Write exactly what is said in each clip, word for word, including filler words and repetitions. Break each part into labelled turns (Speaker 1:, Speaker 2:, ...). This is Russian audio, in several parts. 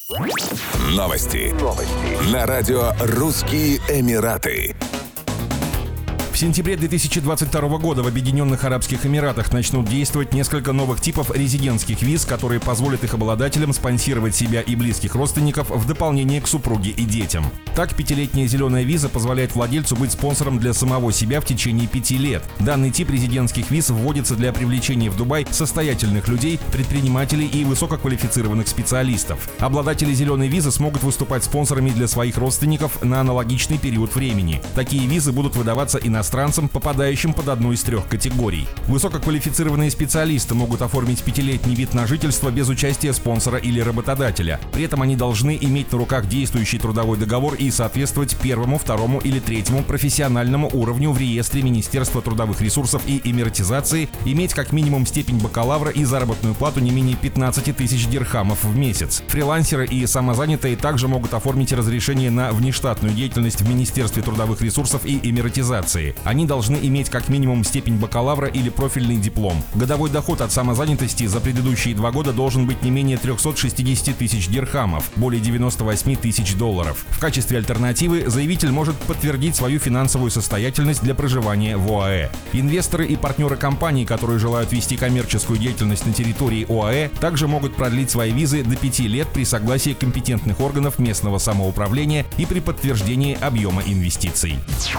Speaker 1: Новости. Новости. На радио «Русские Эмираты».
Speaker 2: В сентябре две тысячи двадцать второго года в Объединенных Арабских Эмиратах начнут действовать несколько новых типов резидентских виз, которые позволят их обладателям спонсировать себя и близких родственников в дополнение к супруге и детям. Так, пятилетняя зеленая виза позволяет владельцу быть спонсором для самого себя в течение пяти лет. Данный тип резидентских виз вводится для привлечения в Дубай состоятельных людей, предпринимателей и высококвалифицированных специалистов. Обладатели зеленой визы смогут выступать спонсорами для своих родственников на аналогичный период времени. Такие визы будут выдаваться иностранцам, попадающим под одну из трех категорий. Высококвалифицированные специалисты могут оформить пятилетний вид на жительство без участия спонсора или работодателя. При этом они должны иметь на руках действующий трудовой договор и соответствовать первому, второму или третьему профессиональному уровню в реестре Министерства трудовых ресурсов и эмиратизации, иметь как минимум степень бакалавра и заработную плату не менее пятнадцать тысяч дирхамов в месяц. Фрилансеры и самозанятые также могут оформить разрешение на внештатную деятельность в Министерстве трудовых ресурсов и эмиратизации. Они должны иметь как минимум степень бакалавра или профильный диплом. Годовой доход от самозанятости за предыдущие два года должен быть не менее триста шестьдесят тысяч дирхамов, более девяносто восемь тысяч долларов. В качестве альтернативы заявитель может подтвердить свою финансовую состоятельность для проживания в ОАЭ. Инвесторы и партнеры компаний, которые желают вести коммерческую деятельность на территории ОАЭ, также могут продлить свои визы до пяти лет при согласии компетентных органов местного самоуправления и при подтверждении объема инвестиций.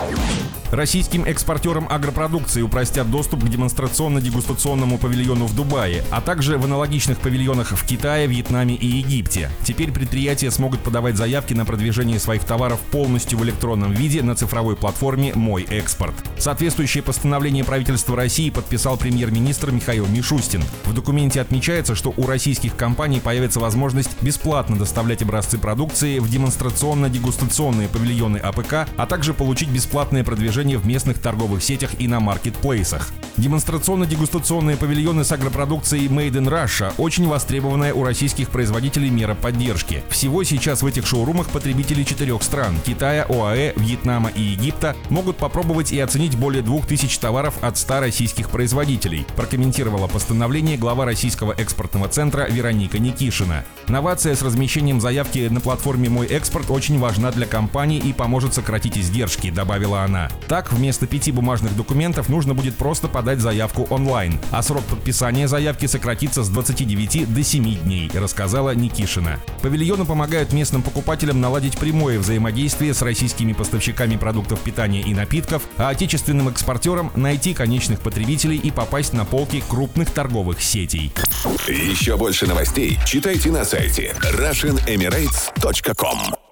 Speaker 2: Российским экспортерам агропродукции упростят доступ к демонстрационно-дегустационному павильону в Дубае, а также в аналогичных павильонах в Китае, Вьетнаме и Египте. Теперь предприятия смогут подавать заявки на продвижение своих товаров полностью в электронном виде на цифровой платформе «Мой экспорт». Соответствующее постановление правительства России подписал премьер-министр Михаил Мишустин. В документе отмечается, что у российских компаний появится возможность бесплатно доставлять образцы продукции в демонстрационно-дегустационные павильоны АПК, а также получить бесплатное продвижение в местных торговых сетях и на маркетплейсах. Демонстрационно-дегустационные павильоны с агропродукцией Made in Russia очень востребованная у российских производителей мера поддержки. Всего сейчас в этих шоурумах потребители четырех стран – Китая, ОАЭ, Вьетнама и Египта – могут попробовать и оценить более двух тысяч товаров от ста российских производителей, прокомментировала постановление глава Российского экспортного центра Вероника Никишина. Новация с размещением заявки на платформе «Мой экспорт» очень важна для компаний и поможет сократить издержки, добавила она. Так, вместо пяти бумажных документов нужно будет просто подать заявку онлайн, а срок подписания заявки сократится с двадцати девяти до семи дней, рассказала Никишина. Павильоны помогают местным покупателям наладить прямое взаимодействие с российскими поставщиками продуктов питания и напитков, а отечественным экспортерам найти конечных потребителей и попасть на полки крупных торговых сетей.
Speaker 1: Еще больше новостей читайте на сайте Russian Emirates точка ком.